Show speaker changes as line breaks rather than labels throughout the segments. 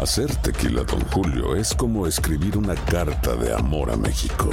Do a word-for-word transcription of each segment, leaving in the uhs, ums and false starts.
Hacer tequila Don Julio es como escribir una carta de amor a México.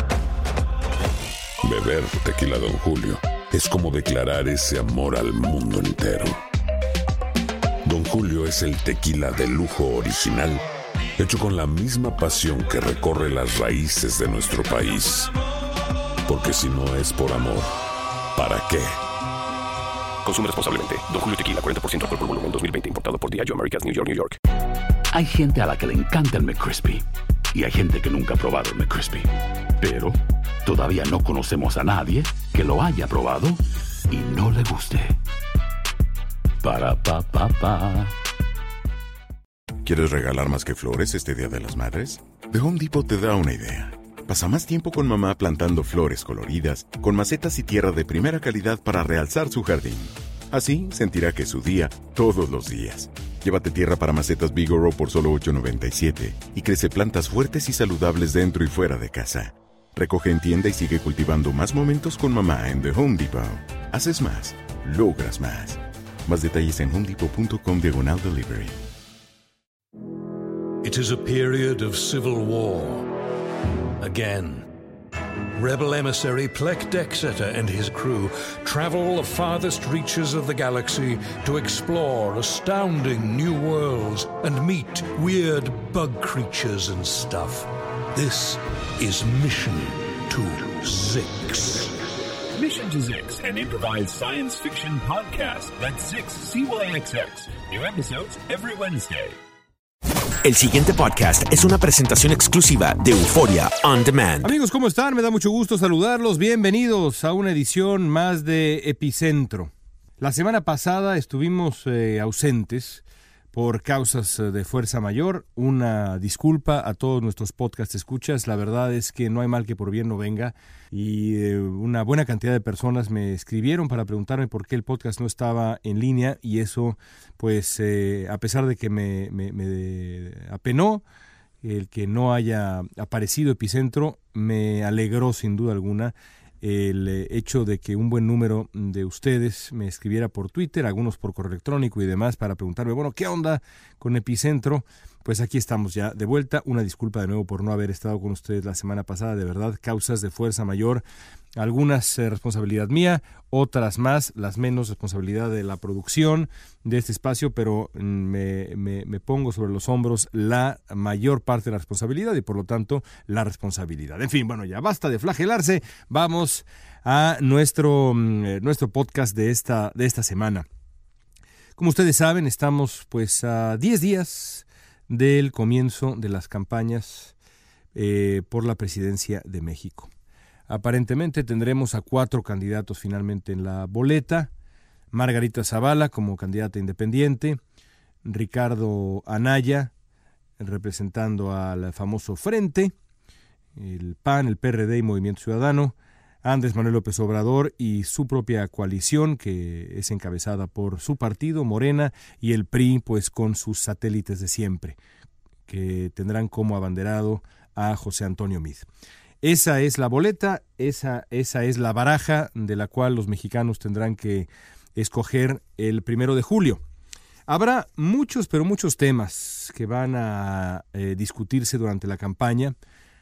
Beber tequila Don Julio es como declarar ese amor al mundo entero. Don Julio es el tequila de lujo original, hecho con la misma pasión que recorre las raíces de nuestro país. Porque si no es por amor, ¿para qué?
Consume responsablemente. Don Julio Tequila, cuarenta por ciento alcohol por volumen, dos mil veinte, importado por Diageo Americas, New York, New York.
Hay gente a la que le encanta el McCrispy y hay gente que nunca ha probado el McCrispy. Pero todavía no conocemos a nadie que lo haya probado y no le guste. Para pa pa pa.
¿Quieres regalar más que flores este Día de las Madres? The Home Depot te da una idea. Pasa más tiempo con mamá plantando flores coloridas, con macetas y tierra de primera calidad para realzar su jardín. Así sentirá que es su día todos los días. Llévate tierra para macetas Bigoro por solo ocho noventa y siete y crece plantas fuertes y saludables dentro y fuera de casa. Recoge en tienda y sigue cultivando más momentos con mamá en The Home Depot. Haces más, logras más. Más detalles en homedepot.com diagonal delivery.
It is a period of civil war. Again. Rebel emissary Plek Dexeter and his crew travel the farthest reaches of the galaxy to explore astounding new worlds and meet weird bug creatures and stuff. This is Mission to Zix.
Mission to Zix, an improvised science fiction podcast. That's Zix, C Y X X. New episodes every Wednesday.
El siguiente podcast es una presentación exclusiva de Euphoria On Demand.
Amigos, ¿cómo están? Me da mucho gusto saludarlos. Bienvenidos a una edición más de Epicentro. La semana pasada estuvimos eh, ausentes por causas de fuerza mayor. Una disculpa a todos nuestros podcast escuchas. La verdad es que no hay mal que por bien no venga. Y eh, una buena cantidad de personas me escribieron para preguntarme por qué el podcast no estaba en línea. Y eso, pues, eh, a pesar de que me, me, me apenó el que no haya aparecido Epicentro, me alegró sin duda alguna el hecho de que un buen número de ustedes me escribiera por Twitter, algunos por correo electrónico y demás, para preguntarme, bueno, ¿qué onda con Epicentro? Pues aquí estamos ya de vuelta. Una disculpa de nuevo por no haber estado con ustedes la semana pasada, de verdad, causas de fuerza mayor. Algunas eh, responsabilidad mía, otras más, las menos responsabilidad de la producción de este espacio, pero me, me, me pongo sobre los hombros la mayor parte de la responsabilidad y por lo tanto la responsabilidad. En fin, bueno, ya basta de flagelarse, vamos a nuestro, nuestro podcast de esta, de esta semana. Como ustedes saben, estamos pues a diez días del comienzo de las campañas eh, por la presidencia de México. Aparentemente tendremos a cuatro candidatos finalmente en la boleta. Margarita Zavala como candidata independiente, Ricardo Anaya representando al famoso Frente, el P A N, el P R D y Movimiento Ciudadano, Andrés Manuel López Obrador y su propia coalición que es encabezada por su partido, Morena, y el P R I pues con sus satélites de siempre, que tendrán como abanderado a José Antonio Meade. Esa es la boleta, esa, esa es la baraja de la cual los mexicanos tendrán que escoger el primero de julio. Habrá muchos, pero muchos temas que van a eh, discutirse durante la campaña.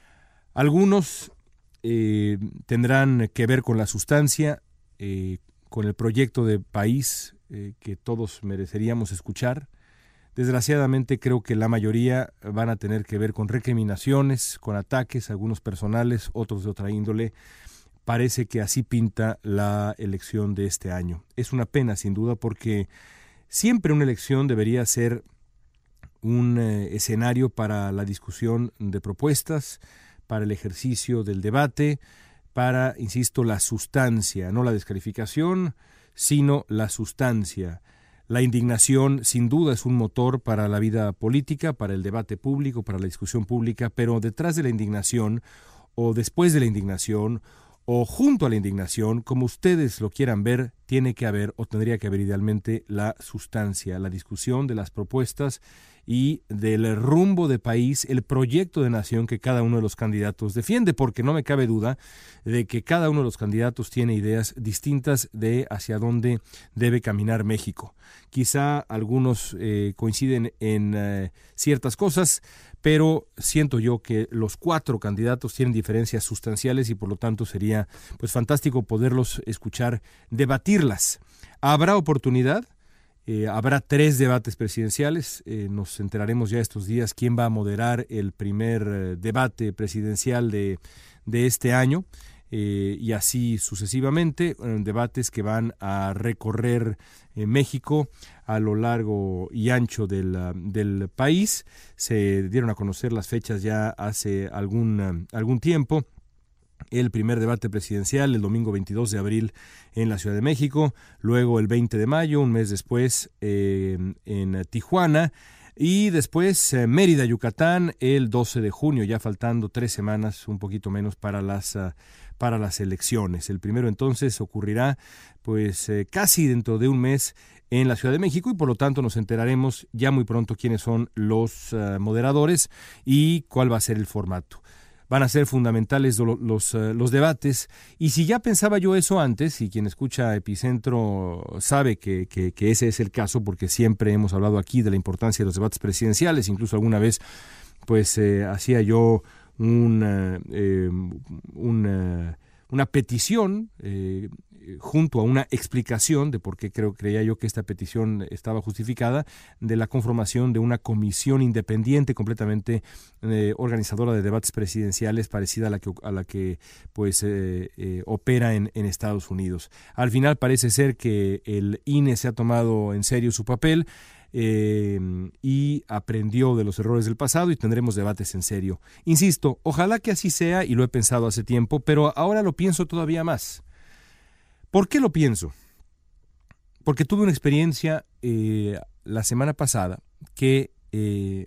Algunos eh, tendrán que ver con la sustancia, eh, con el proyecto de país eh, que todos mereceríamos escuchar. Desgraciadamente creo que la mayoría van a tener que ver con recriminaciones, con ataques, algunos personales, otros de otra índole. Parece que así pinta la elección de este año. Es una pena, sin duda, porque siempre una elección debería ser un eh, escenario para la discusión de propuestas, para el ejercicio del debate, para, insisto, la sustancia, no la descalificación, sino la sustancia. La indignación, sin duda, es un motor para la vida política, para el debate público, para la discusión pública, pero detrás de la indignación, o después de la indignación, o junto a la indignación, como ustedes lo quieran ver, tiene que haber, o tendría que haber idealmente, la sustancia, la discusión de las propuestas y del rumbo de país, el proyecto de nación que cada uno de los candidatos defiende, porque no me cabe duda de que cada uno de los candidatos tiene ideas distintas de hacia dónde debe caminar México. Quizá algunos eh, coinciden en eh, ciertas cosas, pero siento yo que los cuatro candidatos tienen diferencias sustanciales y por lo tanto sería pues fantástico poderlos escuchar debatirlas. ¿Habrá oportunidad? Eh, habrá tres debates presidenciales, eh, nos enteraremos ya estos días quién va a moderar el primer eh, debate presidencial de, de este año, eh, y así sucesivamente, eh, debates que van a recorrer eh, México a lo largo y ancho del, uh, del país. Se dieron a conocer las fechas ya hace algún, uh, algún tiempo. El primer debate presidencial el domingo veintidós de abril en la Ciudad de México, luego el veinte de mayo, un mes después eh, en Tijuana, y después eh, Mérida, Yucatán, el doce de junio, ya faltando tres semanas, un poquito menos para las, uh, para las elecciones. El primero entonces ocurrirá pues eh, casi dentro de un mes en la Ciudad de México y por lo tanto nos enteraremos ya muy pronto quiénes son los uh, moderadores y cuál va a ser el formato. Van a ser fundamentales los, los, uh, los debates, y si ya pensaba yo eso antes, y quien escucha Epicentro sabe que, que, que ese es el caso, porque siempre hemos hablado aquí de la importancia de los debates presidenciales, incluso alguna vez pues eh, hacía yo una, eh, una, una petición eh, junto a una explicación de por qué creo, creía yo que esta petición estaba justificada, de la conformación de una comisión independiente completamente eh, organizadora de debates presidenciales parecida a la que, a la que pues eh, eh, opera en, en Estados Unidos. Al final parece ser que el I N E se ha tomado en serio su papel eh, y aprendió de los errores del pasado y tendremos debates en serio. Insisto, ojalá que así sea y lo he pensado hace tiempo, pero ahora lo pienso todavía más. ¿Por qué lo pienso? Porque tuve una experiencia eh, la semana pasada que eh,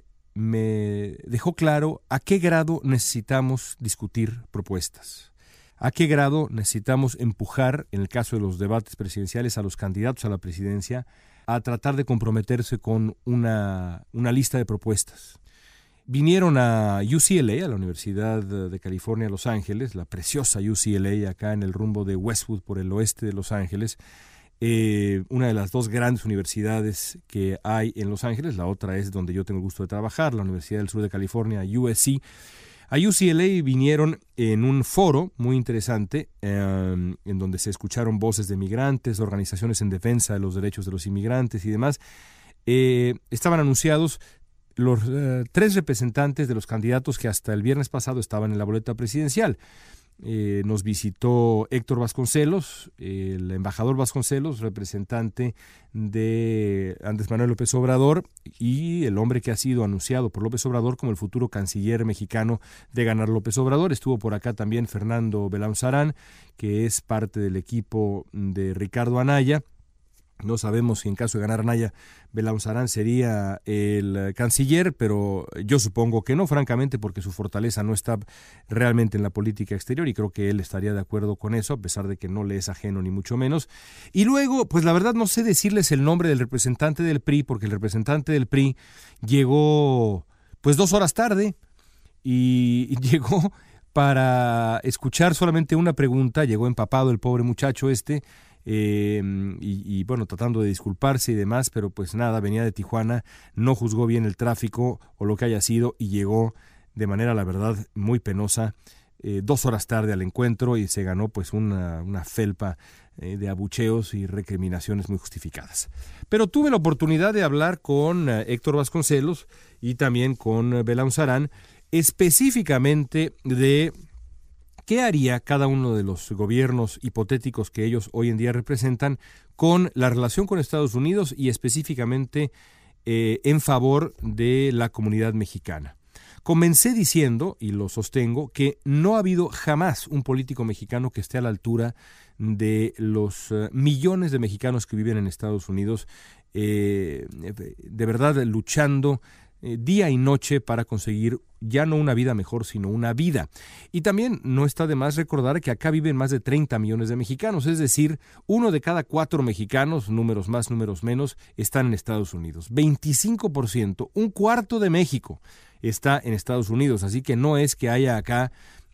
me dejó claro a qué grado necesitamos discutir propuestas, a qué grado necesitamos empujar, en el caso de los debates presidenciales, a los candidatos a la presidencia a tratar de comprometerse con una, una lista de propuestas. Vinieron a U C L A, a la Universidad de California, Los Ángeles, la preciosa U C L A, acá en el rumbo de Westwood, por el oeste de Los Ángeles, eh, una de las dos grandes universidades que hay en Los Ángeles. La otra es donde yo tengo el gusto de trabajar, la Universidad del Sur de California, U S C. A U C L A vinieron en un foro muy interesante, eh, en donde se escucharon voces de migrantes, organizaciones en defensa de los derechos de los inmigrantes y demás. Eh, estaban anunciados los eh, tres representantes de los candidatos que hasta el viernes pasado estaban en la boleta presidencial. Eh, nos visitó Héctor Vasconcelos, el embajador Vasconcelos, representante de Andrés Manuel López Obrador, y el hombre que ha sido anunciado por López Obrador como el futuro canciller mexicano de ganar López Obrador. Estuvo por acá también Fernando Belaunzarán, que es parte del equipo de Ricardo Anaya. No sabemos si en caso de ganar Anaya, Belaunzarán sería el canciller, pero yo supongo que no, francamente, porque su fortaleza no está realmente en la política exterior y creo que él estaría de acuerdo con eso, a pesar de que no le es ajeno ni mucho menos. Y luego, pues la verdad no sé decirles el nombre del representante del P R I, porque el representante del P R I llegó pues dos horas tarde y llegó para escuchar solamente una pregunta, llegó empapado el pobre muchacho este, Eh, y, y bueno, tratando de disculparse y demás, pero pues nada, venía de Tijuana, no juzgó bien el tráfico o lo que haya sido y llegó de manera, la verdad, muy penosa, eh, dos horas tarde al encuentro, y se ganó pues una, una felpa eh, de abucheos y recriminaciones muy justificadas. Pero tuve la oportunidad de hablar con eh, Héctor Vasconcelos y también con eh, Belaunzarán, específicamente de ¿qué haría cada uno de los gobiernos hipotéticos que ellos hoy en día representan con la relación con Estados Unidos y específicamente eh, en favor de la comunidad mexicana? Comencé diciendo, y lo sostengo, que no ha habido jamás un político mexicano que esté a la altura de los uh, millones de mexicanos que viven en Estados Unidos, eh, de verdad luchando eh, día y noche para conseguir ya no una vida mejor, sino una vida. Y también no está de más recordar que acá viven más de treinta millones de mexicanos, es decir, uno de cada cuatro mexicanos, números más, números menos, están en Estados Unidos. veinticinco por ciento, un cuarto de México está en Estados Unidos, así que no es que haya acá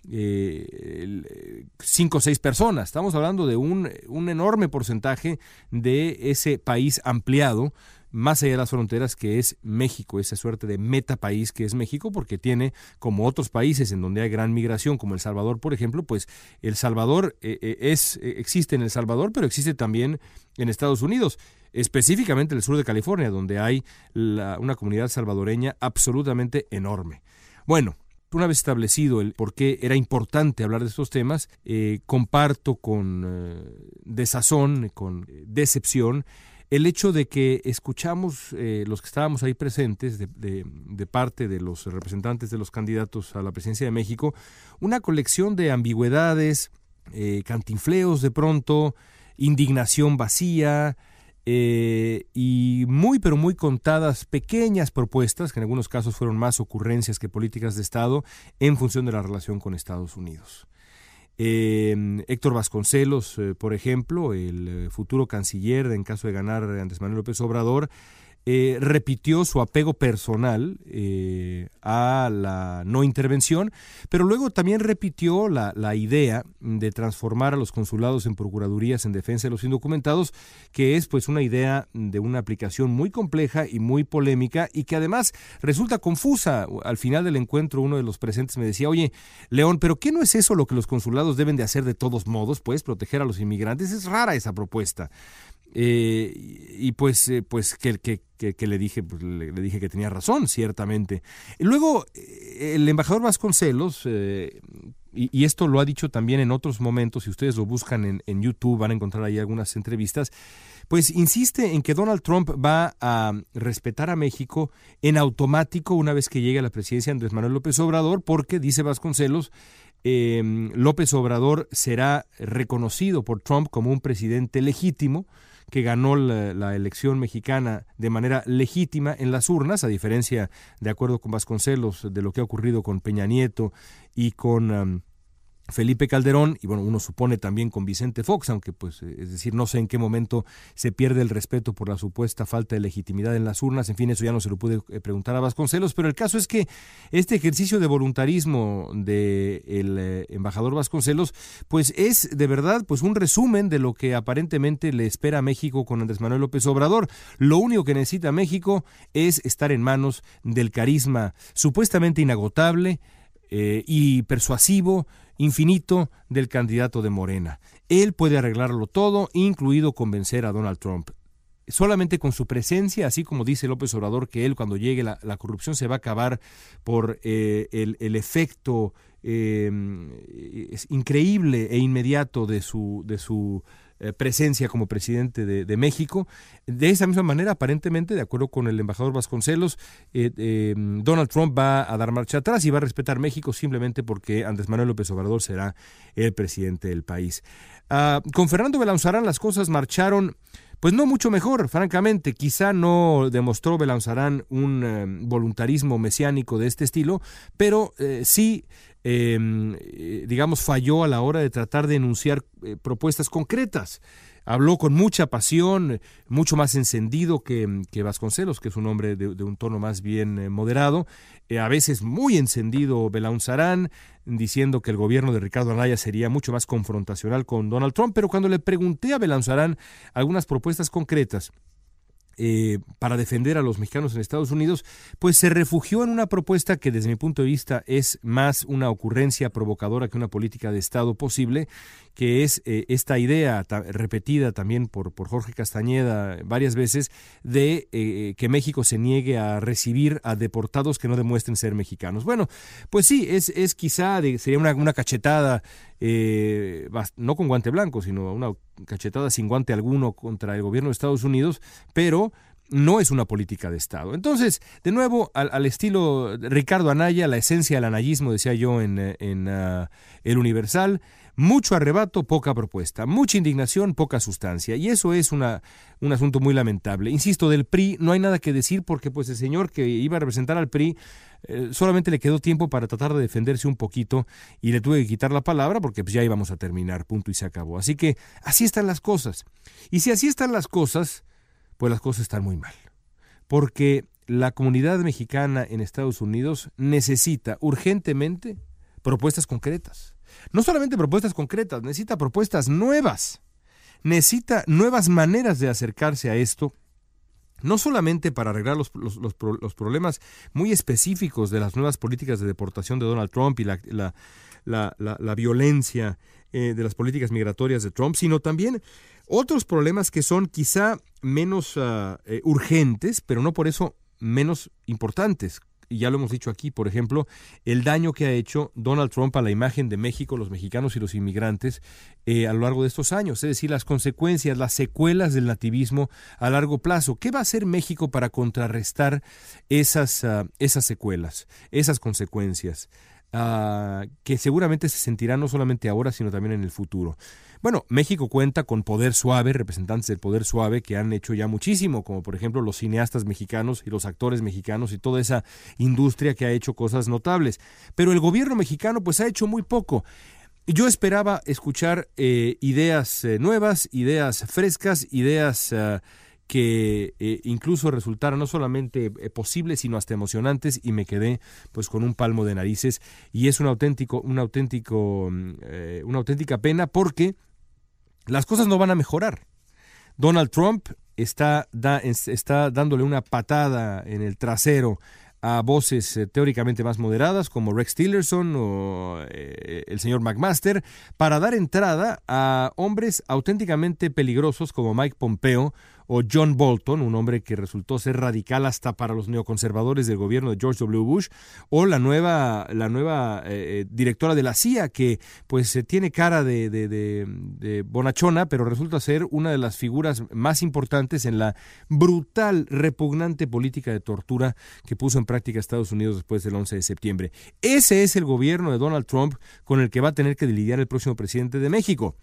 eh, cinco o seis personas, estamos hablando de un, un enorme porcentaje de ese país ampliado, más allá de las fronteras, que es México, esa suerte de metapaís que es México, porque tiene, como otros países en donde hay gran migración, como El Salvador, por ejemplo, pues El Salvador eh, es eh, existe en El Salvador, pero existe también en Estados Unidos, específicamente en el sur de California, donde hay la, una comunidad salvadoreña absolutamente enorme. Bueno, una vez establecido el por qué era importante hablar de estos temas, eh, comparto con eh, desazón, con decepción, el hecho de que escuchamos, eh, los que estábamos ahí presentes, de, de, de parte de los representantes de los candidatos a la presidencia de México, una colección de ambigüedades, eh, cantinfleos de pronto, indignación vacía, eh, y muy pero muy contadas pequeñas propuestas, que en algunos casos fueron más ocurrencias que políticas de Estado, en función de la relación con Estados Unidos. Eh, Héctor Vasconcelos, eh, por ejemplo, el eh, futuro canciller en caso de ganar Andrés Manuel López Obrador, eh, repitió su apego personal eh, a la no intervención, pero luego también repitió la, la idea de transformar a los consulados en procuradurías en defensa de los indocumentados, que es pues una idea de una aplicación muy compleja y muy polémica y que además resulta confusa. Al final del encuentro uno de los presentes me decía, oye, León, ¿pero qué no es eso lo que los consulados deben de hacer de todos modos? Pues proteger a los inmigrantes. Es rara esa propuesta. Eh, y pues, eh, pues que, que, que, que le dije, pues le, le dije que tenía razón, ciertamente. Y luego eh, el embajador Vasconcelos, eh, y, y esto lo ha dicho también en otros momentos, si ustedes lo buscan en, en YouTube van a encontrar ahí algunas entrevistas, pues insiste en que Donald Trump va a respetar a México en automático una vez que llegue a la presidencia Andrés Manuel López Obrador, porque, dice Vasconcelos, eh, López Obrador será reconocido por Trump como un presidente legítimo, que ganó la, la elección mexicana de manera legítima en las urnas, a diferencia, de acuerdo con Vasconcelos, de lo que ha ocurrido con Peña Nieto y con um, Felipe Calderón, y bueno, uno supone también con Vicente Fox, aunque pues, es decir, no sé en qué momento se pierde el respeto por la supuesta falta de legitimidad en las urnas, en fin, eso ya no se lo pude preguntar a Vasconcelos, pero el caso es que este ejercicio de voluntarismo del eh, embajador Vasconcelos, pues es de verdad pues un resumen de lo que aparentemente le espera a México con Andrés Manuel López Obrador. Lo único que necesita México es estar en manos del carisma supuestamente inagotable eh, y persuasivo, infinito del candidato de Morena. Él puede arreglarlo todo, incluido convencer a Donald Trump. Solamente con su presencia, así como dice López Obrador, que él cuando llegue la, la corrupción se va a acabar por eh, el, el efecto eh, increíble e inmediato de su, de su eh, presencia como presidente de, de México. De esa misma manera, aparentemente, de acuerdo con el embajador Vasconcelos, eh, eh, Donald Trump va a dar marcha atrás y va a respetar México simplemente porque Andrés Manuel López Obrador será el presidente del país. Uh, con Fernando Belanzarán las cosas marcharon pues no mucho mejor, francamente. Quizá no demostró Belanzarán un eh, voluntarismo mesiánico de este estilo, pero eh, sí, eh, digamos, falló a la hora de tratar de enunciar eh, propuestas concretas. Habló con mucha pasión, mucho más encendido que, que Vasconcelos, que es un hombre de, de un tono más bien eh, moderado, eh, a veces muy encendido Belanzarán, diciendo que el gobierno de Ricardo Anaya sería mucho más confrontacional con Donald Trump, pero cuando le pregunté a Belanzarán algunas propuestas concretas Eh, para defender a los mexicanos en Estados Unidos, pues se refugió en una propuesta que desde mi punto de vista es más una ocurrencia provocadora que una política de Estado posible, que es eh, esta idea ta- repetida también por, por Jorge Castañeda varias veces de eh, que México se niegue a recibir a deportados que no demuestren ser mexicanos. Bueno, pues sí, es, es quizá, de, sería una, una cachetada, eh, no con guante blanco, sino una cachetada sin guante alguno contra el gobierno de Estados Unidos, pero no es una política de Estado. Entonces, de nuevo, al, al estilo Ricardo Anaya, la esencia del anayismo, decía yo en, en uh, El Universal, Mucho arrebato, poca propuesta. Mucha indignación, poca sustancia. Y eso es una, un asunto muy lamentable. Insisto, del P R I no hay nada que decir porque pues el señor que iba a representar al P R I eh, solamente le quedó tiempo para tratar de defenderse un poquito y le tuve que quitar la palabra porque pues ya íbamos a terminar, punto y se acabó. Así que así están las cosas. Y si así están las cosas, pues las cosas están muy mal. Porque la comunidad mexicana en Estados Unidos necesita urgentemente propuestas concretas. No solamente propuestas concretas, necesita propuestas nuevas. Necesita nuevas maneras de acercarse a esto, no solamente para arreglar los, los, los, los problemas muy específicos de las nuevas políticas de deportación de Donald Trump y la, la, la, la, la violencia eh, de las políticas migratorias de Trump, sino también otros problemas que son quizá menos uh, eh, urgentes, pero no por eso menos importantes. Y ya lo hemos dicho aquí, por ejemplo, el daño que ha hecho Donald Trump a la imagen de México, los mexicanos y los inmigrantes eh, a lo largo de estos años, es decir, las consecuencias, las secuelas del nativismo a largo plazo. ¿Qué va a hacer México para contrarrestar esas, uh, esas secuelas, esas consecuencias? Uh, que seguramente se sentirán no solamente ahora, sino también en el futuro. Bueno, México cuenta con poder suave, representantes del poder suave que han hecho ya muchísimo, como por ejemplo los cineastas mexicanos y los actores mexicanos y toda esa industria que ha hecho cosas notables. Pero el gobierno mexicano pues ha hecho muy poco. Yo esperaba escuchar eh, ideas eh, nuevas, ideas frescas, ideas uh, que eh, incluso resultaron no solamente eh, posibles, sino hasta emocionantes, y me quedé pues con un palmo de narices, y es un auténtico, un auténtico, eh, una auténtica pena porque las cosas no van a mejorar. Donald Trump está, da, está dándole una patada en el trasero a voces eh, teóricamente más moderadas como Rex Tillerson o eh, el señor McMaster, para dar entrada a hombres auténticamente peligrosos como Mike Pompeo o John Bolton, un hombre que resultó ser radical hasta para los neoconservadores del gobierno de George W. Bush, o la nueva, la nueva eh, directora de la C I A, que pues eh, tiene cara de, de, de, de bonachona, pero resulta ser una de las figuras más importantes en la brutal, repugnante política de tortura que puso en práctica Estados Unidos después del once de septiembre. Ese es el gobierno de Donald Trump con el que va a tener que lidiar el próximo presidente de México.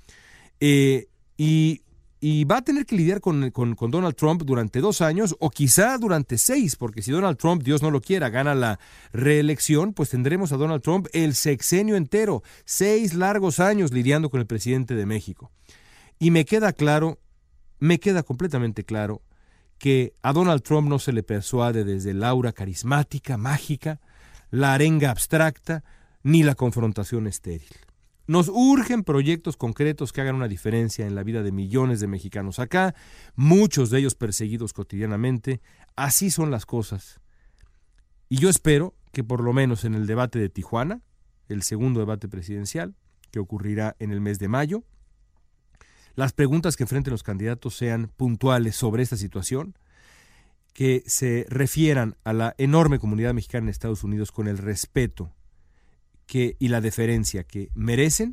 Eh, y Y va a tener que lidiar con, con, con Donald Trump durante dos años o quizá durante seis, porque si Donald Trump, Dios no lo quiera, gana la reelección, pues tendremos a Donald Trump el sexenio entero, seis largos años lidiando con el presidente de México. Y me queda claro, me queda completamente claro que a Donald Trump no se le persuade desde el aura carismática, mágica, la arenga abstracta, ni la confrontación estéril. Nos urgen proyectos concretos que hagan una diferencia en la vida de millones de mexicanos acá, muchos de ellos perseguidos cotidianamente. Así son las cosas. Y yo espero que por lo menos en el debate de Tijuana, el segundo debate presidencial, que ocurrirá en el mes de mayo, las preguntas que enfrenten los candidatos sean puntuales sobre esta situación, que se refieran a la enorme comunidad mexicana en Estados Unidos con el respeto que, y la deferencia que merecen,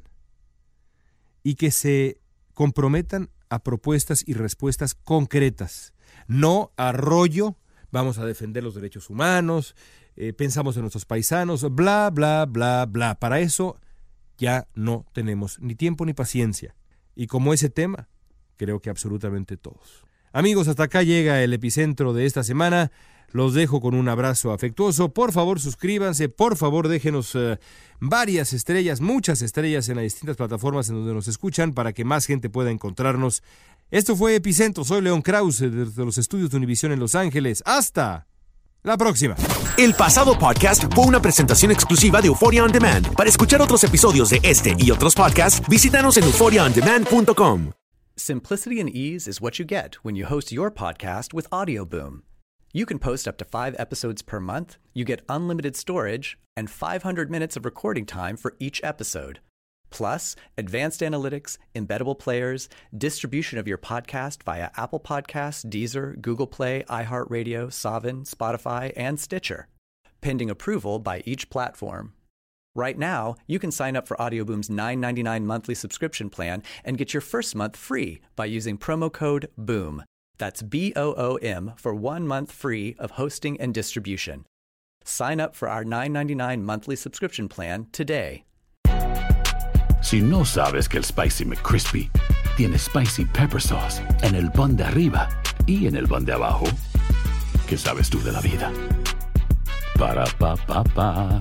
y que se comprometan a propuestas y respuestas concretas, no a rollo, vamos a defender los derechos humanos, eh, pensamos en nuestros paisanos, bla, bla, bla, bla. Para eso ya no tenemos ni tiempo ni paciencia. Y como ese tema, creo que absolutamente todos. Amigos, hasta acá llega el epicentro de esta semana. Los dejo con un abrazo afectuoso. Por favor, suscríbanse. Por favor, déjenos uh, varias estrellas, muchas estrellas en las distintas plataformas en donde nos escuchan para que más gente pueda encontrarnos. Esto fue Epicentro. Soy León Krause desde los estudios de Univisión en Los Ángeles. ¡Hasta la próxima!
El pasado podcast fue una presentación exclusiva de Euphoria On Demand. Para escuchar otros episodios de este y otros podcasts, visítanos en euphoria on demand punto com.
Simplicity and ease is what you get when you host your podcast with AudioBoom. You can post up to five episodes per month, you get unlimited storage, and five hundred minutes of recording time for each episode. Plus, advanced analytics, embeddable players, distribution of your podcast via Apple Podcasts, Deezer, Google Play, iHeartRadio, Savin, Spotify, and Stitcher, pending approval by each platform. Right now, you can sign up for AudioBoom's nine ninety-nine monthly subscription plan and get your first month free by using promo code BOOM. That's B O O M for one month free of hosting and distribution. Sign up for our nine ninety-nine monthly subscription plan today.
Si no sabes que el Spicy McCrispy tiene Spicy Pepper Sauce en el pan de arriba y en el pan de abajo, ¿qué sabes tú de la vida? Para, pa, pa, pa.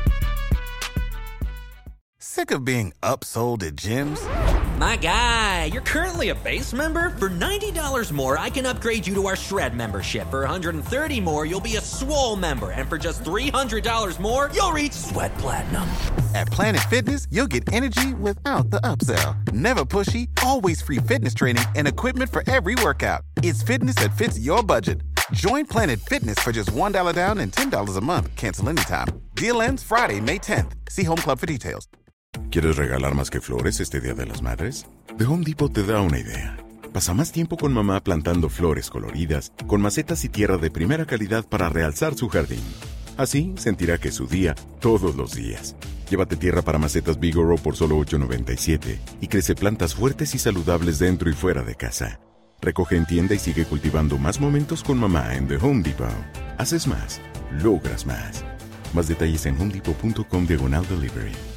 Sick of being upsold at gyms?
My guy, you're currently a base member? For ninety dollars more, I can upgrade you to our Shred membership. For one hundred thirty dollars more, you'll be a Swole member. And for just three hundred dollars more, you'll reach Sweat Platinum.
At Planet Fitness, you'll get energy without the upsell. Never pushy, always free fitness training and equipment for every workout. It's fitness that fits your budget. Join Planet Fitness for just one dollar down and ten dollars a month. Cancel anytime. Deal ends Friday, May tenth. See Home Club for details.
¿Quieres regalar más que flores este Día de las Madres? The Home Depot te da una idea. Pasa más tiempo con mamá plantando flores coloridas, con macetas y tierra de primera calidad para realzar su jardín. Así sentirá que es su día todos los días. Llévate tierra para macetas Bigoro por solo ocho noventa y siete y crece plantas fuertes y saludables dentro y fuera de casa. Recoge en tienda y sigue cultivando más momentos con mamá en The Home Depot. Haces más, logras más. Más detalles en homedepot punto com diagonal delivery.